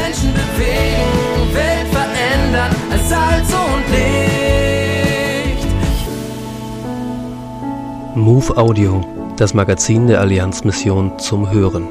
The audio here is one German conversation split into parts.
Menschen bewegen, Welt verändern als Salz und Licht. Move Audio, das Magazin der Allianzmission zum Hören.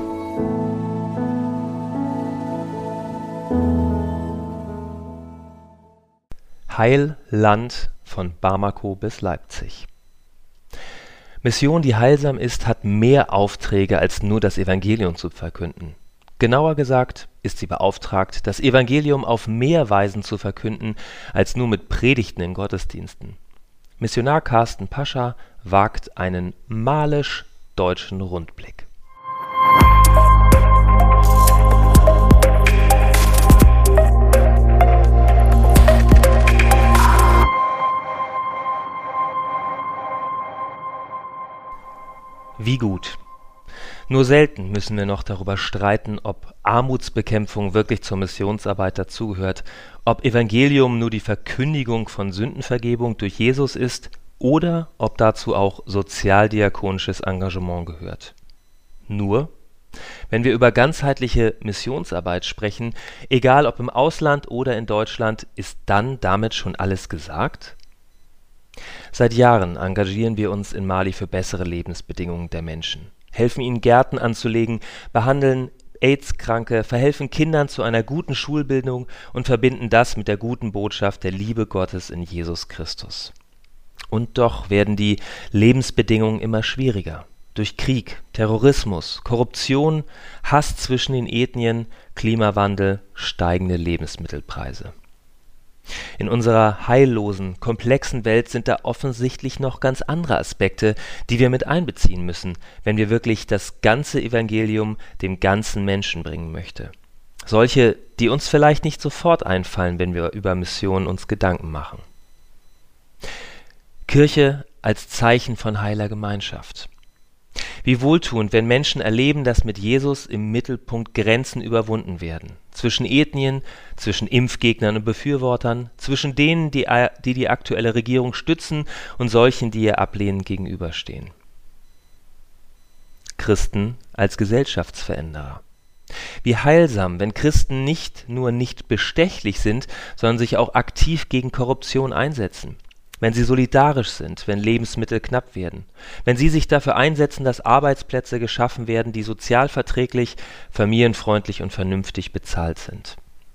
Heil, Land von Bamako bis Leipzig. Mission, die heilsam ist, hat mehr Aufträge, als nur das Evangelium zu verkünden. Genauer gesagt ist sie beauftragt, das Evangelium auf mehr Weisen zu verkünden, als nur mit Predigten in Gottesdiensten. Missionar Carsten Pascha wagt einen malisch-deutschen Rundblick. Wie gut. Nur selten müssen wir noch darüber streiten, ob Armutsbekämpfung wirklich zur Missionsarbeit dazugehört, ob Evangelium nur die Verkündigung von Sündenvergebung durch Jesus ist oder ob dazu auch sozialdiakonisches Engagement gehört. Nur, wenn wir über ganzheitliche Missionsarbeit sprechen, egal ob im Ausland oder in Deutschland, ist dann damit schon alles gesagt? Seit Jahren engagieren wir uns in Mali für bessere Lebensbedingungen der Menschen, helfen ihnen Gärten anzulegen, behandeln AIDS-Kranke, verhelfen Kindern zu einer guten Schulbildung und verbinden das mit der guten Botschaft der Liebe Gottes in Jesus Christus. Und doch werden die Lebensbedingungen immer schwieriger. Durch Krieg, Terrorismus, Korruption, Hass zwischen den Ethnien, Klimawandel, steigende Lebensmittelpreise. In unserer heillosen, komplexen Welt sind da offensichtlich noch ganz andere Aspekte, die wir mit einbeziehen müssen, wenn wir wirklich das ganze Evangelium dem ganzen Menschen bringen möchten. Solche, die uns vielleicht nicht sofort einfallen, wenn wir über Mission uns Gedanken machen. Kirche als Zeichen von heiler Gemeinschaft. Wie wohltuend, wenn Menschen erleben, dass mit Jesus im Mittelpunkt Grenzen überwunden werden. Zwischen Ethnien, zwischen Impfgegnern und Befürwortern, zwischen denen, die aktuelle Regierung stützen und solchen, die ihr ablehnend gegenüberstehen. Christen als Gesellschaftsveränderer. Wie heilsam, wenn Christen nicht nur nicht bestechlich sind, sondern sich auch aktiv gegen Korruption einsetzen. Wenn sie solidarisch sind, wenn Lebensmittel knapp werden, wenn sie sich dafür einsetzen, dass Arbeitsplätze geschaffen werden, die sozial verträglich, familienfreundlich und vernünftig bezahlt sind.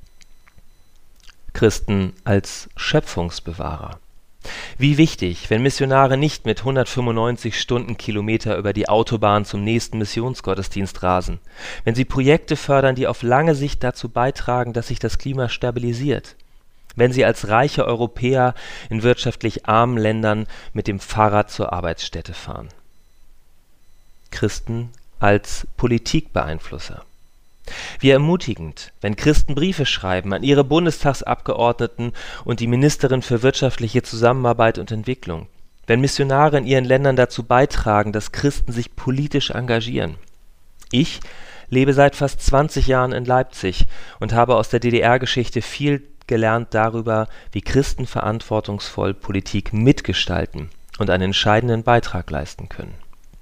Christen als Schöpfungsbewahrer. Wie wichtig, wenn Missionare nicht mit 195 Stundenkilometer über die Autobahn zum nächsten Missionsgottesdienst rasen, wenn sie Projekte fördern, die auf lange Sicht dazu beitragen, dass sich das Klima stabilisiert. Wenn sie als reiche Europäer in wirtschaftlich armen Ländern mit dem Fahrrad zur Arbeitsstätte fahren. Christen als Politikbeeinflusser. Wie ermutigend, wenn Christen Briefe schreiben an ihre Bundestagsabgeordneten und die Ministerin für wirtschaftliche Zusammenarbeit und Entwicklung. Wenn Missionare in ihren Ländern dazu beitragen, dass Christen sich politisch engagieren. Ich lebe seit fast 20 Jahren in Leipzig und habe aus der DDR-Geschichte viel gelernt darüber, wie Christen verantwortungsvoll Politik mitgestalten und einen entscheidenden Beitrag leisten können.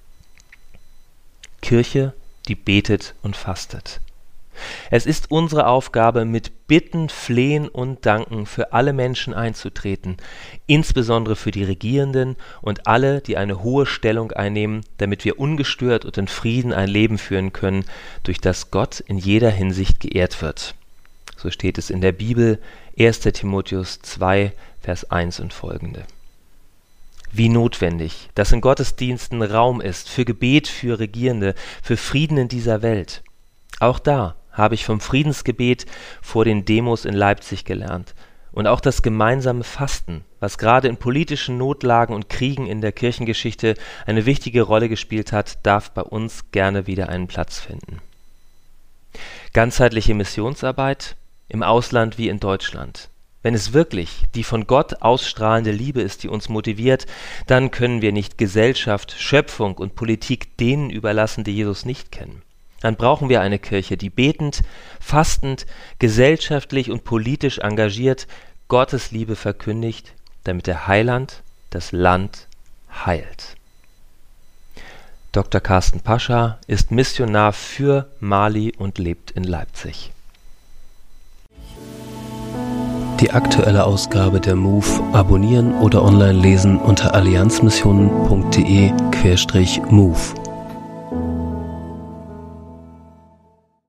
Kirche, die betet und fastet. Es ist unsere Aufgabe, mit Bitten, Flehen und Danken für alle Menschen einzutreten, insbesondere für die Regierenden und alle, die eine hohe Stellung einnehmen, damit wir ungestört und in Frieden ein Leben führen können, durch das Gott in jeder Hinsicht geehrt wird. So steht es in der Bibel, 1. Timotheus 2, Vers 1 und folgende. Wie notwendig, dass in Gottesdiensten Raum ist für Gebet für Regierende, für Frieden in dieser Welt. Auch da habe ich vom Friedensgebet vor den Demos in Leipzig gelernt. Und auch das gemeinsame Fasten, was gerade in politischen Notlagen und Kriegen in der Kirchengeschichte eine wichtige Rolle gespielt hat, darf bei uns gerne wieder einen Platz finden. Ganzheitliche Missionsarbeit im Ausland wie in Deutschland. Wenn es wirklich die von Gott ausstrahlende Liebe ist, die uns motiviert, dann können wir nicht Gesellschaft, Schöpfung und Politik denen überlassen, die Jesus nicht kennen. Dann brauchen wir eine Kirche, die betend, fastend, gesellschaftlich und politisch engagiert Gottes Liebe verkündigt, damit der Heiland das Land heilt. Dr. Carsten Pascha ist Missionar für Mali und lebt in Leipzig. Die aktuelle Ausgabe der MOVE abonnieren oder online lesen unter allianzmissionen.de/MOVE.